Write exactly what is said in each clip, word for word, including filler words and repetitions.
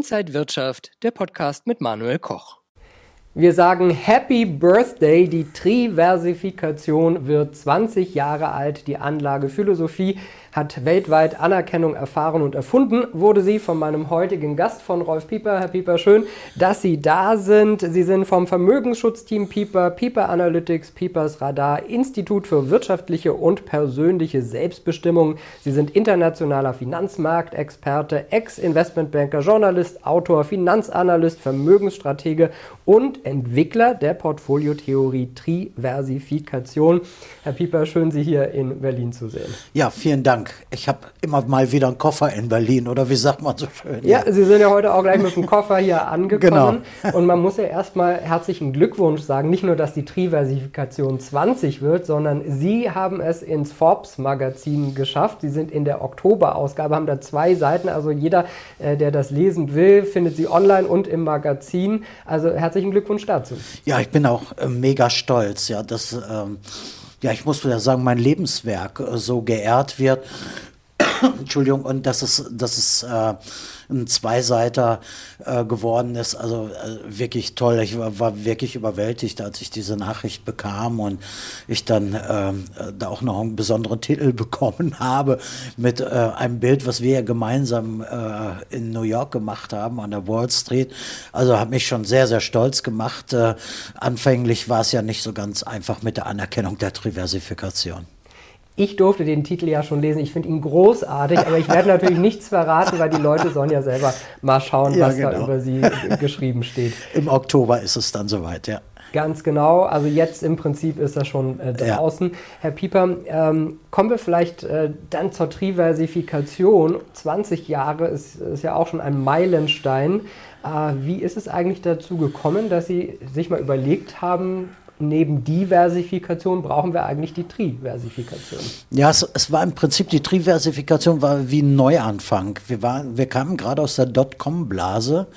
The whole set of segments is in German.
Inside Wirtschaft, der Podcast mit Manuel Koch. Wir sagen Happy Birthday, die Triversifikation wird zwanzig Jahre alt. Die Anlagephilosophie hat weltweit Anerkennung erfahren und erfunden, wurde sie von meinem heutigen Gast, von Rolf Pieper. Herr Pieper, schön, dass Sie da sind. Sie sind vom Vermögensschutzteam Pieper, Pieper Analytics, Piepers Radar, Institut für wirtschaftliche und persönliche Selbstbestimmung. Sie sind internationaler Finanzmarktexperte, Ex-Investmentbanker, Journalist, Autor, Finanzanalyst, Vermögensstratege und Entwickler der Portfoliotheorie Triversifikation. Herr Pieper, schön, Sie hier in Berlin zu sehen. Ja, vielen Dank. Ich habe immer mal wieder einen Koffer in Berlin, oder wie sagt man so schön? Ja, ja, Sie sind ja heute auch gleich mit dem Koffer hier angekommen. Genau. Und man muss ja erstmal herzlichen Glückwunsch sagen, nicht nur, dass die Triversifikation zwanzig wird, sondern Sie haben es ins Forbes-Magazin geschafft. Sie sind in der Oktober-Ausgabe, haben da zwei Seiten, also jeder, äh, der das lesen will, findet sie online und im Magazin. Also herzlichen Glückwunsch dazu. Ja, ich bin auch äh, mega stolz, ja, dass, ähm, ja, ich muss ja sagen, mein Lebenswerk äh, so geehrt wird. Entschuldigung, und dass es, dass es äh, ein Zweiseiter äh, geworden ist, also äh, wirklich toll. Ich war, war wirklich überwältigt, als ich diese Nachricht bekam und ich dann äh, da auch noch einen besonderen Titel bekommen habe mit äh, einem Bild, was wir ja gemeinsam äh, in New York gemacht haben, an der Wall Street. Also hat mich schon sehr, sehr stolz gemacht. Äh, anfänglich war es ja nicht so ganz einfach mit der Anerkennung der Triversifikation. Ich durfte den Titel ja schon lesen, ich finde ihn großartig, aber ich werde natürlich nichts verraten, weil die Leute sollen ja selber mal schauen, ja, was genau. da über sie geschrieben steht. Im Oktober ist es dann soweit, ja. Ganz genau, also jetzt im Prinzip ist das schon äh, draußen. Ja. Herr Pieper, ähm, kommen wir vielleicht äh, dann zur Triversifikation. zwanzig Jahre ist, ist ja auch schon ein Meilenstein. Äh, wie ist es eigentlich dazu gekommen, dass Sie sich mal überlegt haben, neben Diversifikation brauchen wir eigentlich die Triversifikation? Ja, es, es war im Prinzip, die Triversifikation war wie ein Neuanfang. Wir, waren, wir kamen gerade aus der Dotcom-Blase.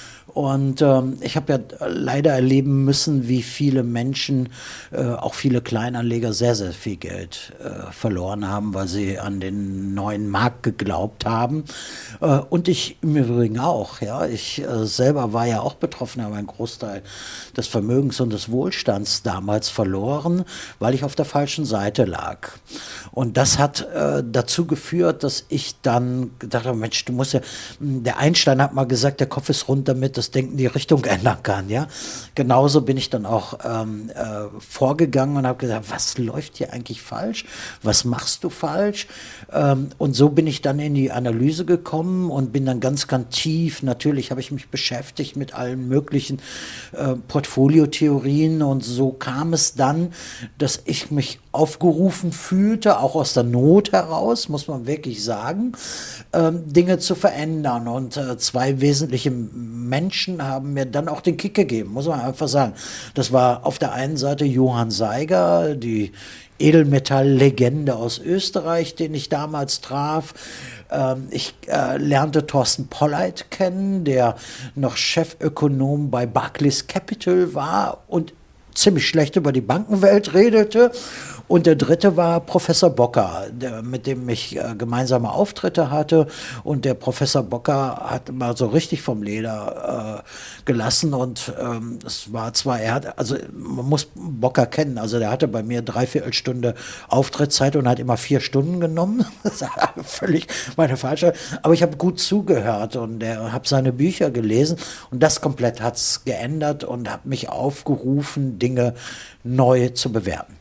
Und ähm, ich habe ja leider erleben müssen, wie viele Menschen, äh, auch viele Kleinanleger, sehr, sehr viel Geld äh, verloren haben, weil sie an den neuen Markt geglaubt haben. Äh, und ich im Übrigen auch. Ja, ich äh, selber war ja auch betroffen, habe einen Großteil des Vermögens und des Wohlstands damals verloren, weil ich auf der falschen Seite lag. Und das hat äh, dazu geführt, dass ich dann gedacht habe, Mensch, du musst ja, der Einstein hat mal gesagt, der Kopf ist rund, damit das Denken die Richtung ändern kann, ja. Genauso bin ich dann auch ähm, äh, vorgegangen und habe gesagt, was läuft hier eigentlich falsch? Was machst du falsch? Ähm, und so bin ich dann in die Analyse gekommen und bin dann ganz, ganz tief, natürlich habe ich mich beschäftigt mit allen möglichen äh, Portfoliotheorien und so kam es dann, dass ich mich aufgerufen fühlte, auch aus der Not heraus, muss man wirklich sagen, ähm, Dinge zu verändern. Und äh, zwei wesentliche Menschen haben mir dann auch den Kick gegeben, muss man einfach sagen. Das war auf der einen Seite Johann Seiger, die Edelmetall-Legende aus Österreich, den ich damals traf. Ähm, ich äh, lernte Thorsten Polleit kennen, der noch Chefökonom bei Barclays Capital war und ziemlich schlecht über die Bankenwelt redete. Und der dritte war Professor Bocker, der, mit dem ich äh, gemeinsame Auftritte hatte. Und der Professor Bocker hat mal so richtig vom Leder äh, gelassen. Und ähm, es war zwar, er hat, also man muss Bocker kennen, also der hatte bei mir dreiviertel Stunde Auftrittszeit und hat immer vier Stunden genommen. Das ist völlig meine falsche. Aber ich habe gut zugehört und er habe seine Bücher gelesen. Und das komplett hat es geändert und habe mich aufgerufen, Dinge neu zu bewerten.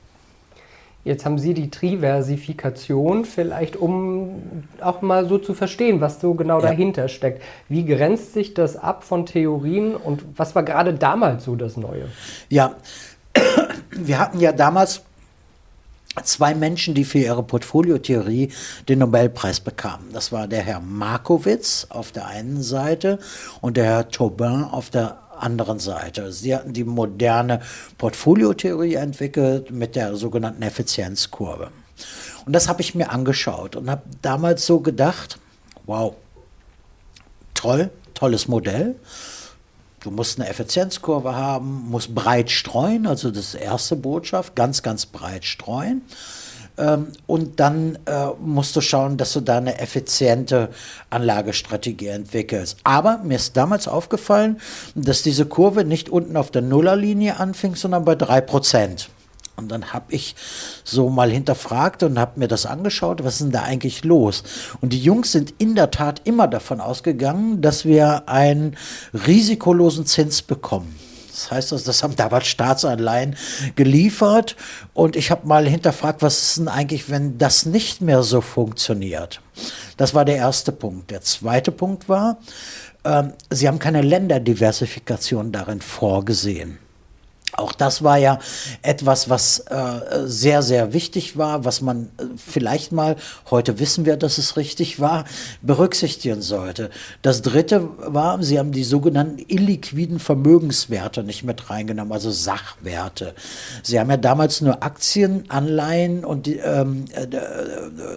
Jetzt haben Sie die Triversifikation, vielleicht um auch mal so zu verstehen, was so genau ja. dahinter steckt. Wie grenzt sich das ab von Theorien und was war gerade damals so das Neue? Ja, wir hatten ja damals zwei Menschen, die für ihre Portfoliotheorie den Nobelpreis bekamen. Das war der Herr Markowitz auf der einen Seite und der Herr Taubin auf der anderen Seite. Sie hatten die moderne Portfoliotheorie entwickelt mit der sogenannten Effizienzkurve. Und das habe ich mir angeschaut und habe damals so gedacht, wow, toll, tolles Modell. Du musst eine Effizienzkurve haben, musst breit streuen, also das ist die erste Botschaft, ganz, ganz breit streuen. Ähm, und dann äh, musst du schauen, dass du da eine effiziente Anlagestrategie entwickelst. Aber mir ist damals aufgefallen, dass diese Kurve nicht unten auf der Nullerlinie anfing, sondern bei drei Prozent. Und dann habe ich so mal hinterfragt und habe mir das angeschaut, was ist denn da eigentlich los? Und die Jungs sind in der Tat immer davon ausgegangen, dass wir einen risikolosen Zins bekommen. Das heißt, das haben damals Staatsanleihen geliefert und ich habe mal hinterfragt, was ist denn eigentlich, wenn das nicht mehr so funktioniert? Das war der erste Punkt. Der zweite Punkt war, ähm, sie haben keine Länderdiversifikation darin vorgesehen. Auch das war ja etwas, was äh, sehr, sehr wichtig war, was man äh, vielleicht mal, heute wissen wir, dass es richtig war, berücksichtigen sollte. Das Dritte war, sie haben die sogenannten illiquiden Vermögenswerte nicht mit reingenommen, also Sachwerte. Sie haben ja damals nur Aktien, Anleihen und die, ähm, äh, äh,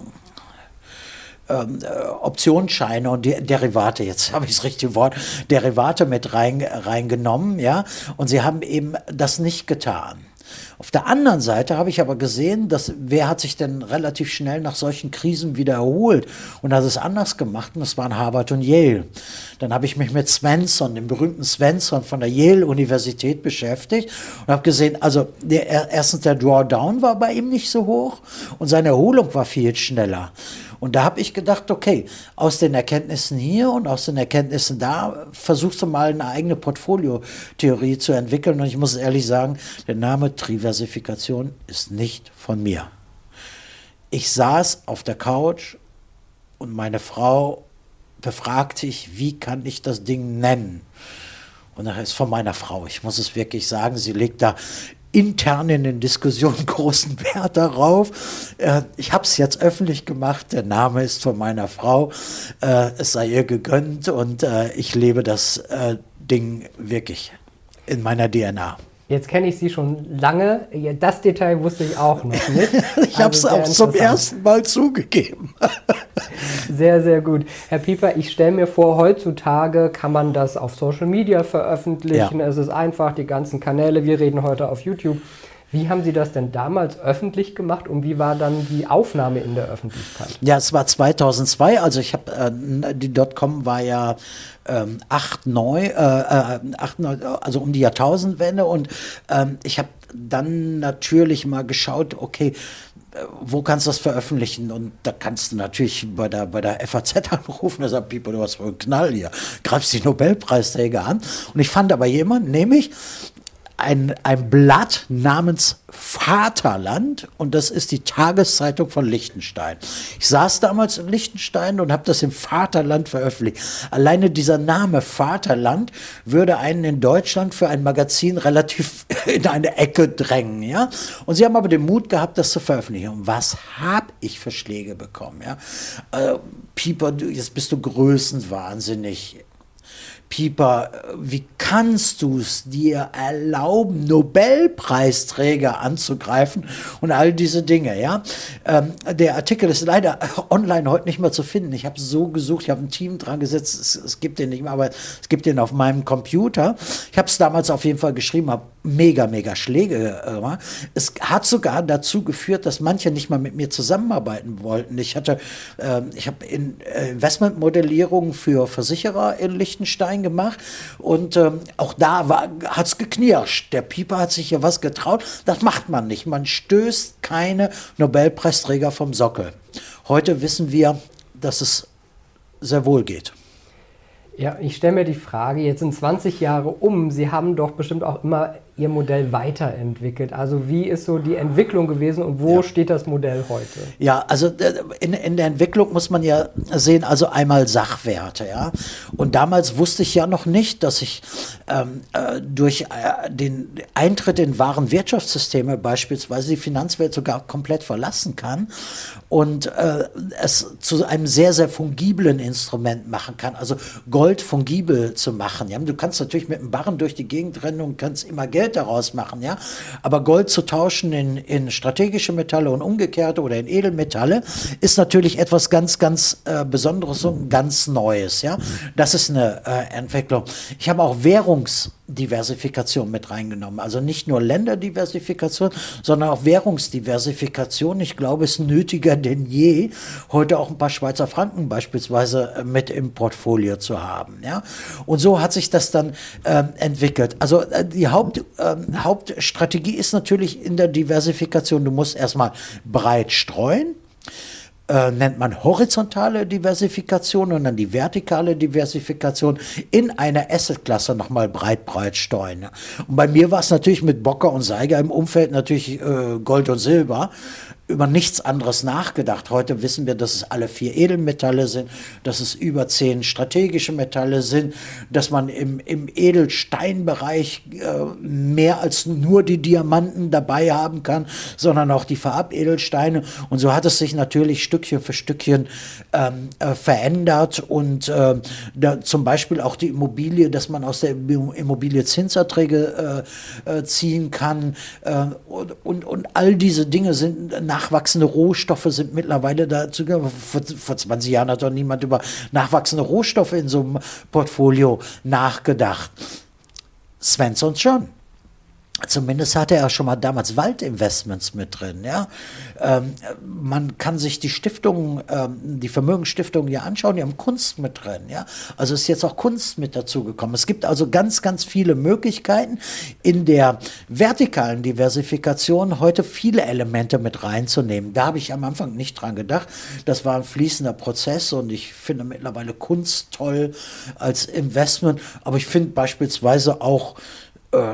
Ähm, äh, Optionsscheine und De Derivate, jetzt habe ich das richtige Wort, Derivate mit rein, reingenommen, ja, und sie haben eben das nicht getan. Auf der anderen Seite habe ich aber gesehen, dass wer hat sich denn relativ schnell nach solchen Krisen wieder erholt und hat es anders gemacht, und das waren Harvard und Yale. Dann habe ich mich mit Svensson, dem berühmten Svensson von der Yale-Universität beschäftigt und habe gesehen, also der, erstens der Drawdown war bei ihm nicht so hoch und seine Erholung war viel schneller. Und da habe ich gedacht, okay, aus den Erkenntnissen hier und aus den Erkenntnissen da versuchst du mal eine eigene Portfoliotheorie zu entwickeln. Und ich muss ehrlich sagen, der Name Diversifikation ist nicht von mir. Ich saß auf der Couch und meine Frau befragte ich, wie kann ich das Ding nennen? Und das ist von meiner Frau. Ich muss es wirklich sagen, sie legt da intern in den Diskussionen großen Wert darauf. Äh, ich habe es jetzt öffentlich gemacht, der Name ist von meiner Frau, äh, es sei ihr gegönnt und äh, ich lebe das äh, Ding wirklich in meiner D N A. Jetzt kenne ich Sie schon lange. Das Detail wusste ich auch noch nicht. Ich habe es auch zum ersten Mal zugegeben. Sehr, sehr gut. Herr Pieper, ich stelle mir vor, heutzutage kann man das auf Social Media veröffentlichen. Ja. Es ist einfach, die ganzen Kanäle. Wir reden heute auf YouTube. Wie haben Sie das denn damals öffentlich gemacht und wie war dann die Aufnahme in der Öffentlichkeit? Ja, es war zweitausendzwei, also ich habe, äh, die Dotcom war ja ähm, acht neun, äh, acht neun, also um die Jahrtausendwende und ähm, ich habe dann natürlich mal geschaut, okay, wo kannst du das veröffentlichen? Und da kannst du natürlich bei der, bei der F A Z anrufen, da sagt Pieper, du hast wohl einen Knall hier, greifst die Nobelpreisträger an. Und ich fand aber jemanden, nämlich Ein, ein Blatt namens Vaterland und das ist die Tageszeitung von Liechtenstein. Ich saß damals in Liechtenstein und habe das im Vaterland veröffentlicht. Alleine dieser Name Vaterland würde einen in Deutschland für ein Magazin relativ in eine Ecke drängen, ja. Und sie haben aber den Mut gehabt, das zu veröffentlichen. Und was habe ich für Schläge bekommen, ja? Äh, Pieper, du, jetzt bist du größenwahnsinnig. Pieper, wie kannst du es dir erlauben, Nobelpreisträger anzugreifen und all diese Dinge, ja? Ähm, der Artikel ist leider online heute nicht mehr zu finden. Ich habe so gesucht, ich habe ein Team dran gesetzt, es, es gibt den nicht mehr, aber es gibt den auf meinem Computer. Ich habe es damals auf jeden Fall geschrieben, habe mega, mega Schläge gemacht. Es hat sogar dazu geführt, dass manche nicht mal mit mir zusammenarbeiten wollten. Ich hatte, äh, ich habe in äh, Investmentmodellierung für Versicherer in Liechtenstein gemacht und ähm, auch da hat es geknirscht. Der Pieper hat sich hier was getraut. Das macht man nicht. Man stößt keine Nobelpreisträger vom Sockel. Heute wissen wir, dass es sehr wohl geht. Ja, ich stelle mir die Frage, jetzt sind zwanzig Jahre um, Sie haben doch bestimmt auch immer Ihr Modell weiterentwickelt. Also wie ist so die Entwicklung gewesen und wo ja. steht das Modell heute? Ja, also in, in der Entwicklung muss man ja sehen, also einmal Sachwerte, ja. Und damals wusste ich ja noch nicht, dass ich ähm, äh, durch äh, den Eintritt in wahren Wirtschaftssysteme beispielsweise die Finanzwelt sogar komplett verlassen kann und äh, es zu einem sehr, sehr fungiblen Instrument machen kann. Also Gold fungibel zu machen. Ja? Du kannst natürlich mit einem Barren durch die Gegend rennen und kannst immer Geld daraus machen, ja. Aber Gold zu tauschen in, in strategische Metalle und umgekehrte oder in Edelmetalle ist natürlich etwas ganz, ganz äh, Besonderes und ganz Neues, ja. Das ist eine äh, Entwicklung. Ich habe auch Währungs Diversifikation mit reingenommen. Also nicht nur Länderdiversifikation, sondern auch Währungsdiversifikation. Ich glaube, es ist nötiger denn je, heute auch ein paar Schweizer Franken beispielsweise mit im Portfolio zu haben. Ja? Und so hat sich das dann ähm, entwickelt. Also äh, die Haupt, ähm, Hauptstrategie ist natürlich in der Diversifikation, du musst erstmal breit streuen. Äh, nennt man horizontale Diversifikation und dann die vertikale Diversifikation in einer Assetklasse nochmal breit, breit streuen. Und bei mir war es natürlich mit Bocker und Seiger im Umfeld natürlich äh, Gold und Silber. Über nichts anderes nachgedacht. Heute wissen wir, dass es alle vier Edelmetalle sind, dass es über zehn strategische Metalle sind, dass man im, im Edelsteinbereich äh, mehr als nur die Diamanten dabei haben kann, sondern auch die Farbedelsteine. Und so hat es sich natürlich Stückchen für Stückchen ähm, äh, verändert und äh, da zum Beispiel auch die Immobilie, dass man aus der Immobilie Zinserträge äh, äh, ziehen kann äh, und, und, und all diese Dinge sind nach Nachwachsende Rohstoffe sind mittlerweile dazu. Vor, vor zwanzig Jahren hat doch niemand über nachwachsende Rohstoffe in so einem Portfolio nachgedacht. Svensson schon. Zumindest hatte er schon mal damals Waldinvestments mit drin. Ja? Ähm, man kann sich die Stiftungen, ähm, die Vermögensstiftungen ja anschauen, die haben Kunst mit drin. Ja? Also ist jetzt auch Kunst mit dazugekommen. Es gibt also ganz, ganz viele Möglichkeiten, in der vertikalen Diversifikation heute viele Elemente mit reinzunehmen. Da habe ich am Anfang nicht dran gedacht. Das war ein fließender Prozess und ich finde mittlerweile Kunst toll als Investment. Aber ich finde beispielsweise auch äh,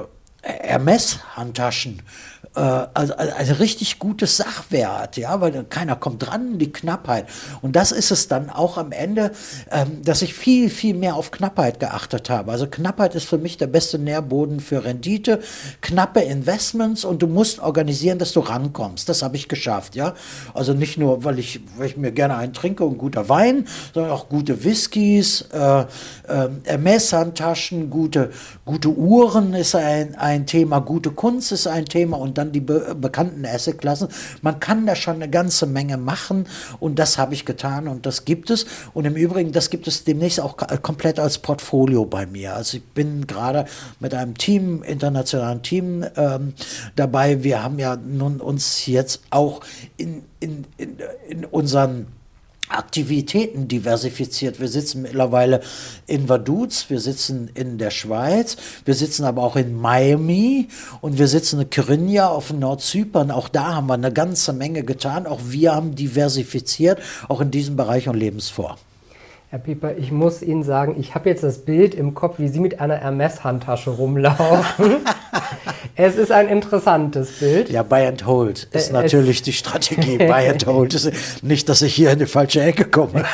Hermes-Handtaschen, äh, also, also ein richtig gutes Sachwert, ja, weil keiner kommt dran, die Knappheit. Und das ist es dann auch am Ende, ähm, dass ich viel, viel mehr auf Knappheit geachtet habe. Also Knappheit ist für mich der beste Nährboden für Rendite, knappe Investments und du musst organisieren, dass du rankommst. Das habe ich geschafft, ja. Also nicht nur, weil ich, weil ich mir gerne einen trinke und guter Wein, sondern auch gute Whiskys, äh, äh, Hermes-Handtaschen, gute, gute Uhren ist ein, ein Thema, gute Kunst ist ein Thema und dann die be bekannten Assetklassen. Man kann da schon eine ganze Menge machen und das habe ich getan und das gibt es. Und im Übrigen, das gibt es demnächst auch komplett als Portfolio bei mir. Also ich bin gerade mit einem Team, internationalen Team ähm, dabei. Wir haben ja nun uns jetzt auch in, in, in, in unseren Aktivitäten diversifiziert. Wir sitzen mittlerweile in Vaduz, wir sitzen in der Schweiz, wir sitzen aber auch in Miami und wir sitzen in Kyrenia auf Nordzypern. Auch da haben wir eine ganze Menge getan. Auch wir haben diversifiziert, auch in diesem Bereich und leben es vor. Herr Pieper, ich muss Ihnen sagen, ich habe jetzt das Bild im Kopf, wie Sie mit einer Hermes-Handtasche rumlaufen. Es ist ein interessantes Bild. Ja, Buy and Hold ist äh, natürlich die Strategie. Buy and Hold. Nicht, dass ich hier in die falsche Ecke komme.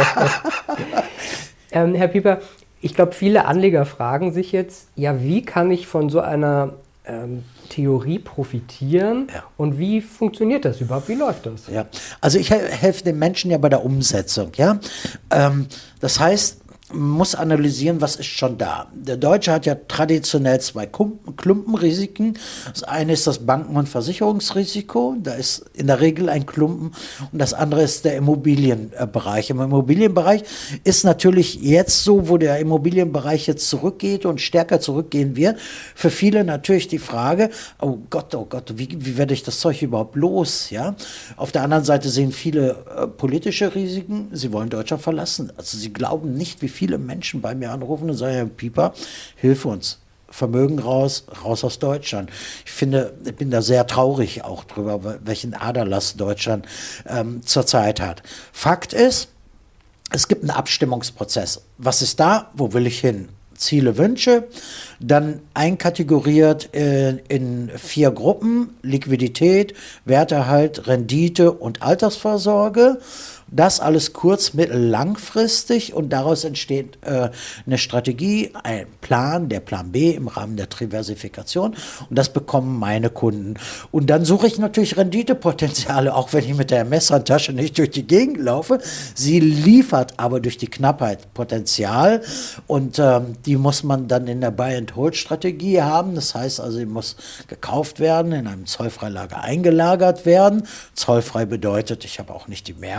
ähm, Herr Pieper, ich glaube, viele Anleger fragen sich jetzt, ja, wie kann ich von so einer ähm, Theorie profitieren ja. und wie funktioniert das überhaupt? Wie läuft das? Ja, also ich helfe den Menschen ja bei der Umsetzung. Ja, ähm, das heißt, man muss analysieren, was ist schon da. Der Deutsche hat ja traditionell zwei Klumpenrisiken. Das eine ist das Banken- und Versicherungsrisiko. Da ist in der Regel ein Klumpen. Und das andere ist der Immobilienbereich. Im Immobilienbereich ist natürlich jetzt so, wo der Immobilienbereich jetzt zurückgeht und stärker zurückgehen wird, für viele natürlich die Frage, oh Gott, oh Gott, wie, wie werde ich das Zeug überhaupt los? Ja? Auf der anderen Seite sehen viele äh, politische Risiken. Sie wollen Deutschland verlassen. Also sie glauben nicht, wie viele Menschen bei mir anrufen und sagen, Herr Pieper, hilf uns. Vermögen raus, raus aus Deutschland. Ich finde, ich bin da sehr traurig auch drüber, welchen Aderlass Deutschland ähm, zurzeit hat. Fakt ist, es gibt einen Abstimmungsprozess. Was ist da? Wo will ich hin? Ziele, Wünsche, dann einkategoriert in, in vier Gruppen, Liquidität, Werterhalt, Rendite und Altersvorsorge. Das alles kurz-, mittel-, langfristig und daraus entsteht äh, eine Strategie, ein Plan, der Plan B im Rahmen der Diversifikation und das bekommen meine Kunden. Und dann suche ich natürlich Renditepotenziale, auch wenn ich mit der Messertasche nicht durch die Gegend laufe. Sie liefert aber durch die Knappheit Potenzial und ähm, die muss man dann in der Buy-and-Hold-Strategie haben. Das heißt also, sie muss gekauft werden, in einem Zollfreilager eingelagert werden. Zollfrei bedeutet, ich habe auch nicht die Mehrwertsteuer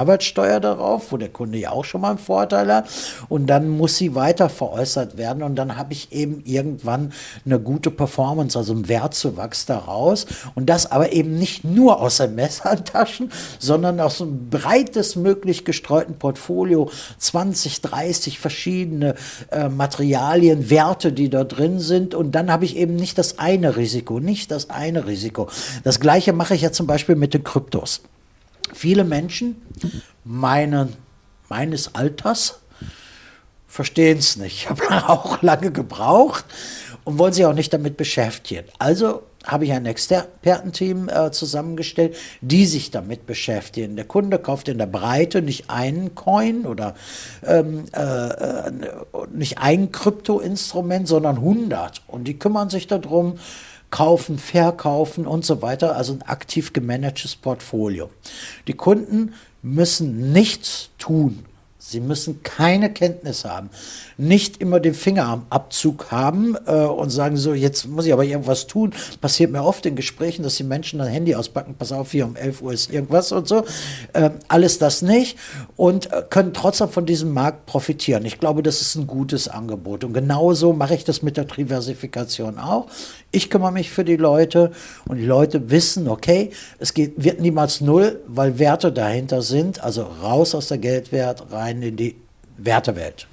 Mehrwertsteuer darauf, wo der Kunde ja auch schon mal einen Vorteil hat. Und dann muss sie weiter veräußert werden. Und dann habe ich eben irgendwann eine gute Performance, also einen Wertzuwachs daraus. Und das aber eben nicht nur aus den Messertaschen, sondern aus einem breites möglich gestreuten Portfolio, zwanzig, dreißig verschiedene äh, Materialien, Werte, die da drin sind. Und dann habe ich eben nicht das eine Risiko, nicht das eine Risiko. Das Gleiche mache ich ja zum Beispiel mit den Kryptos. Viele Menschen meinen, meines Alters verstehen es nicht. Ich habe auch lange gebraucht und wollen sich auch nicht damit beschäftigen. Also habe ich ein Expertenteam äh, zusammengestellt, die sich damit beschäftigen. Der Kunde kauft in der Breite nicht einen Coin oder ähm, äh, nicht ein Kryptoinstrument, sondern hundert. Und die kümmern sich darum, kaufen, verkaufen und so weiter, also ein aktiv gemanagtes Portfolio. Die Kunden müssen nichts tun. Sie müssen keine Kenntnis haben, nicht immer den Finger am Abzug haben äh, und sagen so, jetzt muss ich aber irgendwas tun. Passiert mir oft in Gesprächen, dass die Menschen ein Handy auspacken, pass auf, hier um elf Uhr ist irgendwas und so. Äh, alles das nicht und äh, können trotzdem von diesem Markt profitieren. Ich glaube, das ist ein gutes Angebot und genauso mache ich das mit der Diversifikation auch. Ich kümmere mich für die Leute und die Leute wissen, okay, es geht, wird niemals null, weil Werte dahinter sind, also raus aus der Geldwert, rein in die Wertewelt.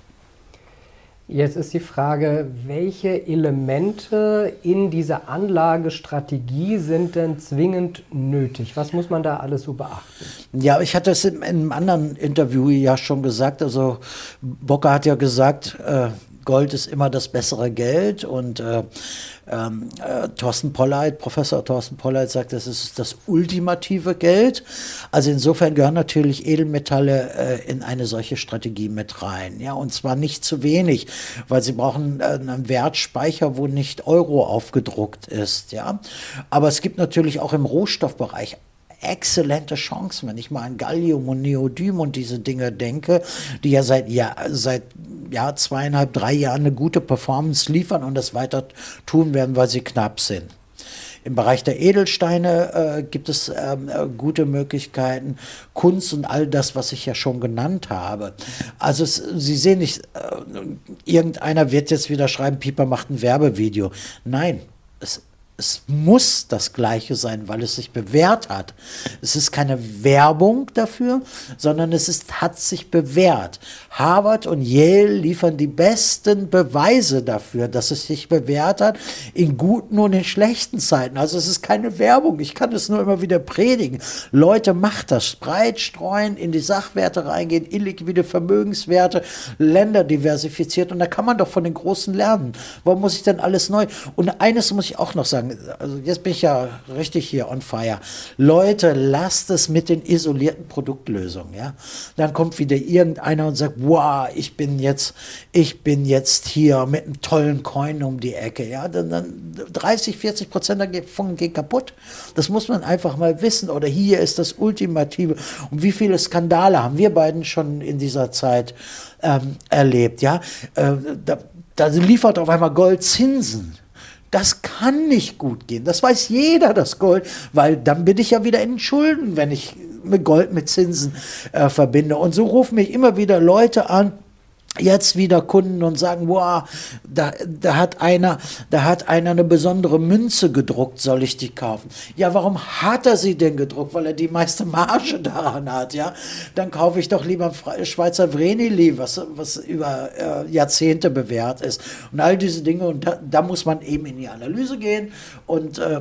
Jetzt ist die Frage, welche Elemente in dieser Anlagestrategie sind denn zwingend nötig? Was muss man da alles so beachten? Ja, ich hatte es in, in einem anderen Interview ja schon gesagt, also Bocker hat ja gesagt, äh, Gold ist immer das bessere Geld und äh, ähm, äh, Thorsten Polleit, Professor Thorsten Polleit sagt, das ist das ultimative Geld. Also insofern gehören natürlich Edelmetalle äh, in eine solche Strategie mit rein. Ja, und zwar nicht zu wenig, weil sie brauchen äh, einen Wertspeicher, wo nicht Euro aufgedruckt ist. Ja, aber es gibt natürlich auch im Rohstoffbereich exzellente Chancen, wenn ich mal an Gallium und Neodym und diese Dinge denke, die ja seit, ja, seit ja, zweieinhalb, drei Jahren eine gute Performance liefern und das weiter tun werden, weil sie knapp sind. Im Bereich der Edelsteine äh, gibt es ähm, äh, gute Möglichkeiten, Kunst und all das, was ich ja schon genannt habe. Also es, Sie sehen nicht, äh, irgendeiner wird jetzt wieder schreiben, Pieper macht ein Werbevideo. Nein, es Es muss das Gleiche sein, weil es sich bewährt hat. Es ist keine Werbung dafür, sondern es ist, hat sich bewährt. Harvard und Yale liefern die besten Beweise dafür, dass es sich bewährt hat, in guten und in schlechten Zeiten. Also es ist keine Werbung, ich kann es nur immer wieder predigen. Leute, macht das, breit streuen, in die Sachwerte reingehen, illiquide Vermögenswerte, Länder diversifiziert und da kann man doch von den Großen lernen. Warum muss ich denn alles neu? Und eines muss ich auch noch sagen, also jetzt bin ich ja richtig hier on fire. Leute, lasst es mit den isolierten Produktlösungen, ja. Dann kommt wieder irgendeiner und sagt, wow, ich bin jetzt, ich bin jetzt hier mit einem tollen Coin um die Ecke, ja. Dann, dann dreißig, vierzig Prozent davon gehen kaputt. Das muss man einfach mal wissen. Oder hier ist das Ultimative. Und wie viele Skandale haben wir beiden schon in dieser Zeit ähm, erlebt, ja. Äh, da, da liefert auf einmal Gold Zinsen. Das kann nicht gut gehen. Das weiß jeder, das Gold, weil dann bin ich ja wieder in den Schulden, wenn ich mit Gold mit Zinsen äh, verbinde. Und so rufen mich immer wieder Leute an, jetzt wieder Kunden und sagen, wow, da, da hat einer, da hat einer eine besondere Münze gedruckt, soll ich die kaufen? Ja, warum hat er sie denn gedruckt? Weil er die meiste Marge daran hat, ja? Dann kaufe ich doch lieber ein Schweizer Vreneli, was, was über äh, Jahrzehnte bewährt ist. Und all diese Dinge, und da, da muss man eben in die Analyse gehen und äh,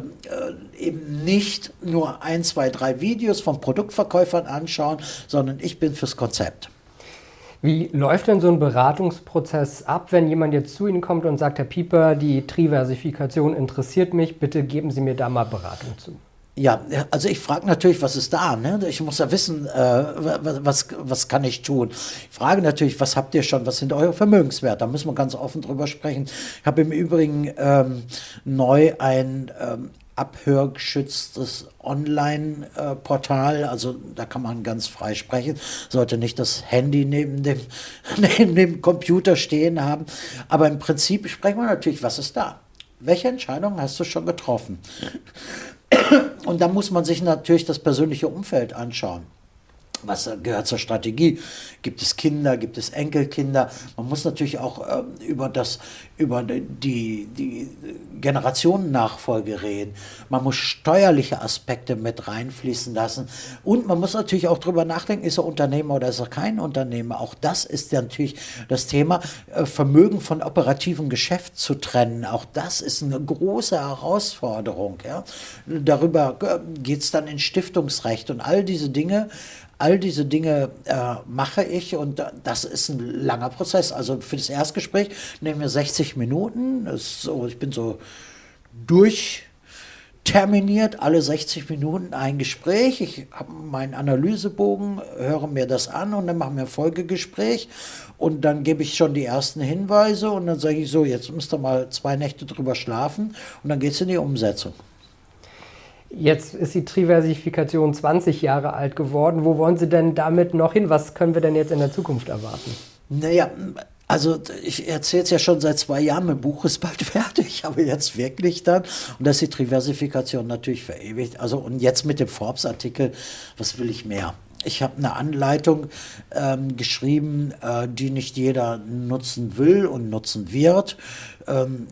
eben nicht nur ein, zwei, drei Videos von Produktverkäufern anschauen, sondern ich bin fürs Konzept. Wie läuft denn so ein Beratungsprozess ab, wenn jemand jetzt zu Ihnen kommt und sagt, Herr Pieper, die Diversifikation interessiert mich, bitte geben Sie mir da mal Beratung zu? Ja, also ich frage natürlich, was ist da? Ne? Ich muss ja wissen, äh, was, was kann ich tun? Ich frage natürlich, was habt ihr schon, was sind eure Vermögenswerte? Da müssen wir ganz offen drüber sprechen. Ich habe im Übrigen ähm, neu ein ähm, abhörgeschütztes Online-Portal, also da kann man ganz frei sprechen, sollte nicht das Handy neben dem, neben dem Computer stehen haben, aber im Prinzip sprechen wir natürlich, was ist da? Welche Entscheidung hast du schon getroffen? Und da muss man sich natürlich das persönliche Umfeld anschauen. Was gehört zur Strategie? Gibt es Kinder, gibt es Enkelkinder? Man muss natürlich auch äh, über das, über die, die Generationennachfolge reden. Man muss steuerliche Aspekte mit reinfließen lassen. Und man muss natürlich auch drüber nachdenken, ist er Unternehmer oder ist er kein Unternehmer? Auch das ist ja natürlich das Thema, äh, Vermögen von operativen Geschäft zu trennen. Auch das ist eine große Herausforderung. Ja? Darüber äh, geht es dann ins Stiftungsrecht und all diese Dinge. All diese Dinge äh, mache ich und das ist ein langer Prozess. Also für das Erstgespräch nehmen wir sechzig Minuten. Das ist so, ich bin so durchterminiert, alle sechzig Minuten ein Gespräch. Ich habe meinen Analysebogen, höre mir das an und dann machen wir ein Folgegespräch. Und dann gebe ich schon die ersten Hinweise und dann sage ich so, jetzt müsst ihr mal zwei Nächte drüber schlafen und dann geht es in die Umsetzung. Jetzt ist die Triversifikation zwanzig Jahre alt geworden. Wo wollen Sie denn damit noch hin? Was können wir denn jetzt in der Zukunft erwarten? Naja, also ich erzähle es ja schon seit zwei Jahren, mein Buch ist bald fertig, aber jetzt wirklich dann. Und das ist die Triversifikation natürlich verewigt. Also und jetzt mit dem Forbes-Artikel, was will ich mehr? Ich habe eine Anleitung ähm, geschrieben, äh, die nicht jeder nutzen will und nutzen wird. Ähm,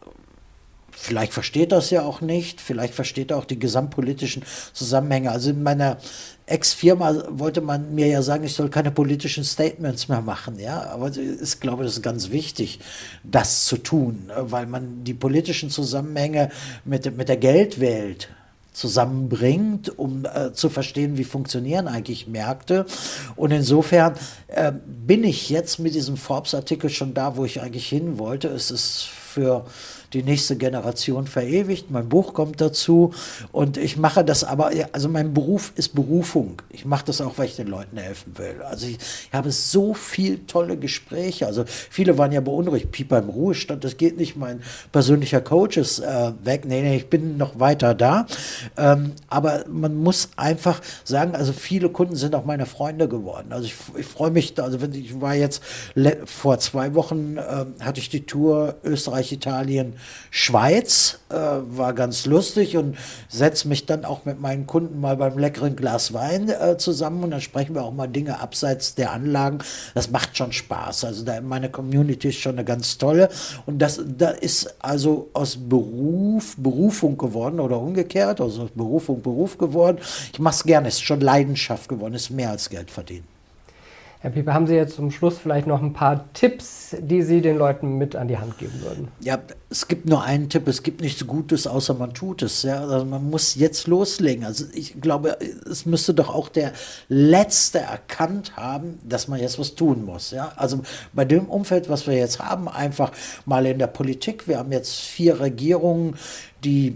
Vielleicht versteht das ja auch nicht, vielleicht versteht er auch die gesamtpolitischen Zusammenhänge. Also in meiner Ex-Firma wollte man mir ja sagen, ich soll keine politischen Statements mehr machen. Ja? Aber ich glaube, das ist ganz wichtig, das zu tun, weil man die politischen Zusammenhänge mit, mit der Geldwelt zusammenbringt, um äh, zu verstehen, wie funktionieren eigentlich Märkte. Und insofern äh, bin ich jetzt mit diesem Forbes-Artikel schon da, wo ich eigentlich hin wollte. Es ist für die nächste Generation verewigt. Mein Buch kommt dazu und ich mache das aber, also mein Beruf ist Berufung. Ich mache das auch, weil ich den Leuten helfen will. Also ich, ich habe so viel tolle Gespräche. Also viele waren ja beunruhigt. Pieper im Ruhestand, das geht nicht. Mein persönlicher Coach ist äh, weg. Nee, nee, ich bin noch weiter da. Ähm, aber man muss einfach sagen, also viele Kunden sind auch meine Freunde geworden. Also ich, ich freue mich, da, also wenn ich war jetzt vor zwei Wochen äh, hatte ich die Tour Österreich, Italien, Schweiz, äh, war ganz lustig und setze mich dann auch mit meinen Kunden mal beim leckeren Glas Wein äh, zusammen und dann sprechen wir auch mal Dinge abseits der Anlagen. Das macht schon Spaß. Also da meine Community ist schon eine ganz tolle und das da ist also aus Beruf Berufung geworden oder umgekehrt, also aus Berufung Beruf geworden. Ich mache es gerne, es ist schon Leidenschaft geworden, ist mehr als Geld verdienen. Herr Pieper, haben Sie jetzt zum Schluss vielleicht noch ein paar Tipps, die Sie den Leuten mit an die Hand geben würden? Ja, es gibt nur einen Tipp, es gibt nichts Gutes, außer man tut es. Ja? Also man muss jetzt loslegen. Also ich glaube, es müsste doch auch der Letzte erkannt haben, dass man jetzt was tun muss. Ja? Also bei dem Umfeld, was wir jetzt haben, einfach mal in der Politik, wir haben jetzt vier Regierungen, die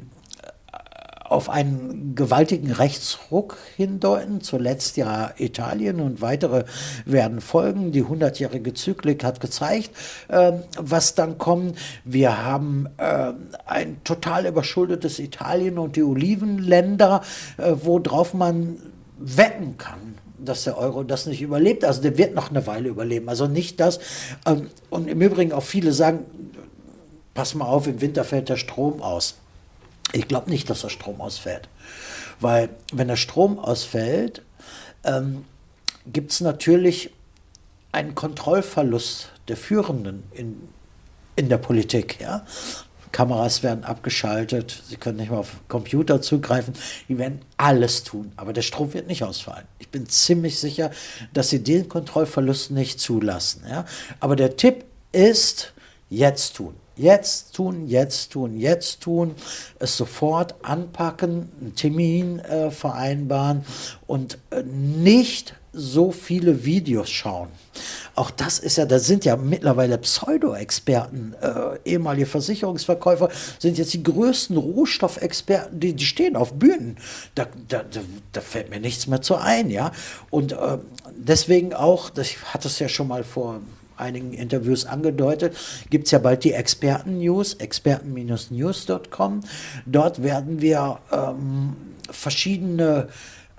auf einen gewaltigen Rechtsruck hindeuten, zuletzt ja Italien und weitere werden folgen. Die hundertjährige Zyklik hat gezeigt, äh, was dann kommt. Wir haben äh, ein total überschuldetes Italien und die Olivenländer, äh, worauf man wetten kann, dass der Euro das nicht überlebt. Also der wird noch eine Weile überleben. Also nicht das. Ähm, und im Übrigen auch viele sagen, pass mal auf, im Winter fällt der Strom aus. Ich glaube nicht, dass der Strom ausfällt, weil wenn der Strom ausfällt, ähm, gibt es natürlich einen Kontrollverlust der Führenden in, in der Politik. Ja? Kameras werden abgeschaltet, sie können nicht mehr auf Computer zugreifen, die werden alles tun, aber der Strom wird nicht ausfallen. Ich bin ziemlich sicher, dass sie den Kontrollverlust nicht zulassen. Ja? Aber der Tipp ist, jetzt tun. Jetzt tun, jetzt tun, jetzt tun, es sofort anpacken, einen Termin äh, vereinbaren und äh, nicht so viele Videos schauen. Auch das ist ja, da sind ja mittlerweile Pseudo-Experten, äh, ehemalige Versicherungsverkäufer, sind jetzt die größten Rohstoffexperten, die, die stehen auf Bühnen. Da, da, da, da fällt mir nichts mehr zu ein, ja. Und äh, deswegen auch, das, ich hatte es ja schon mal vor einigen Interviews angedeutet, gibt es ja bald die Experten-News, experten Bindestrich news Punkt com. Dort werden wir ähm, verschiedene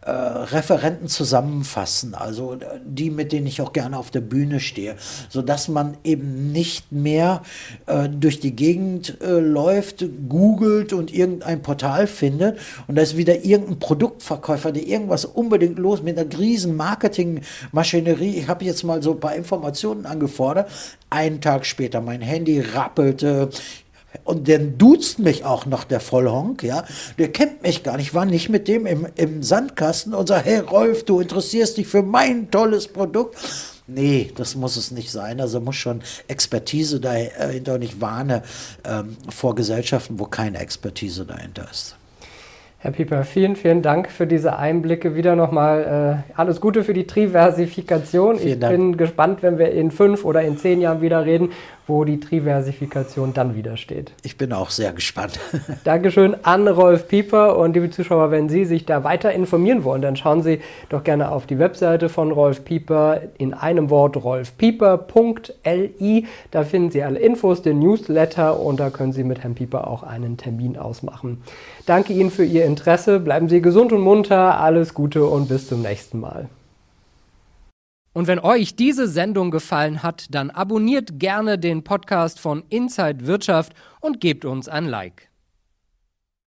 äh, Referenten zusammenfassen, also die, mit denen ich auch gerne auf der Bühne stehe, sodass man eben nicht mehr äh, durch die Gegend äh, läuft, googelt und irgendein Portal findet und da ist wieder irgendein Produktverkäufer, der irgendwas unbedingt los mit einer riesen Marketingmaschinerie. Ich habe jetzt mal so ein paar Informationen angefordert. Einen Tag später mein Handy rappelte. Und dann duzt mich auch noch der Vollhonk, ja. Der kennt mich gar nicht. Ich war nicht mit dem im, im Sandkasten und sagt, hey Rolf, du interessierst dich für mein tolles Produkt. Nee, das muss es nicht sein. Also muss schon Expertise dahinter und ich warne ähm, vor Gesellschaften, wo keine Expertise dahinter ist. Herr Pieper, vielen, vielen Dank für diese Einblicke. Wieder nochmal äh, alles Gute für die Triversifikation. Vielen ich Dank. bin gespannt, wenn wir in fünf oder in zehn Jahren wieder reden, wo die Triversifikation dann wieder steht. Ich bin auch sehr gespannt. Dankeschön an Rolf Pieper. Und liebe Zuschauer, wenn Sie sich da weiter informieren wollen, dann schauen Sie doch gerne auf die Webseite von Rolf Pieper, in einem Wort rolf pieper punkt l i. Da finden Sie alle Infos, den Newsletter und da können Sie mit Herrn Pieper auch einen Termin ausmachen. Danke Ihnen für Ihr Interesse. Bleiben Sie gesund und munter. Alles Gute und bis zum nächsten Mal. Und wenn euch diese Sendung gefallen hat, dann abonniert gerne den Podcast von Inside Wirtschaft und gebt uns ein Like.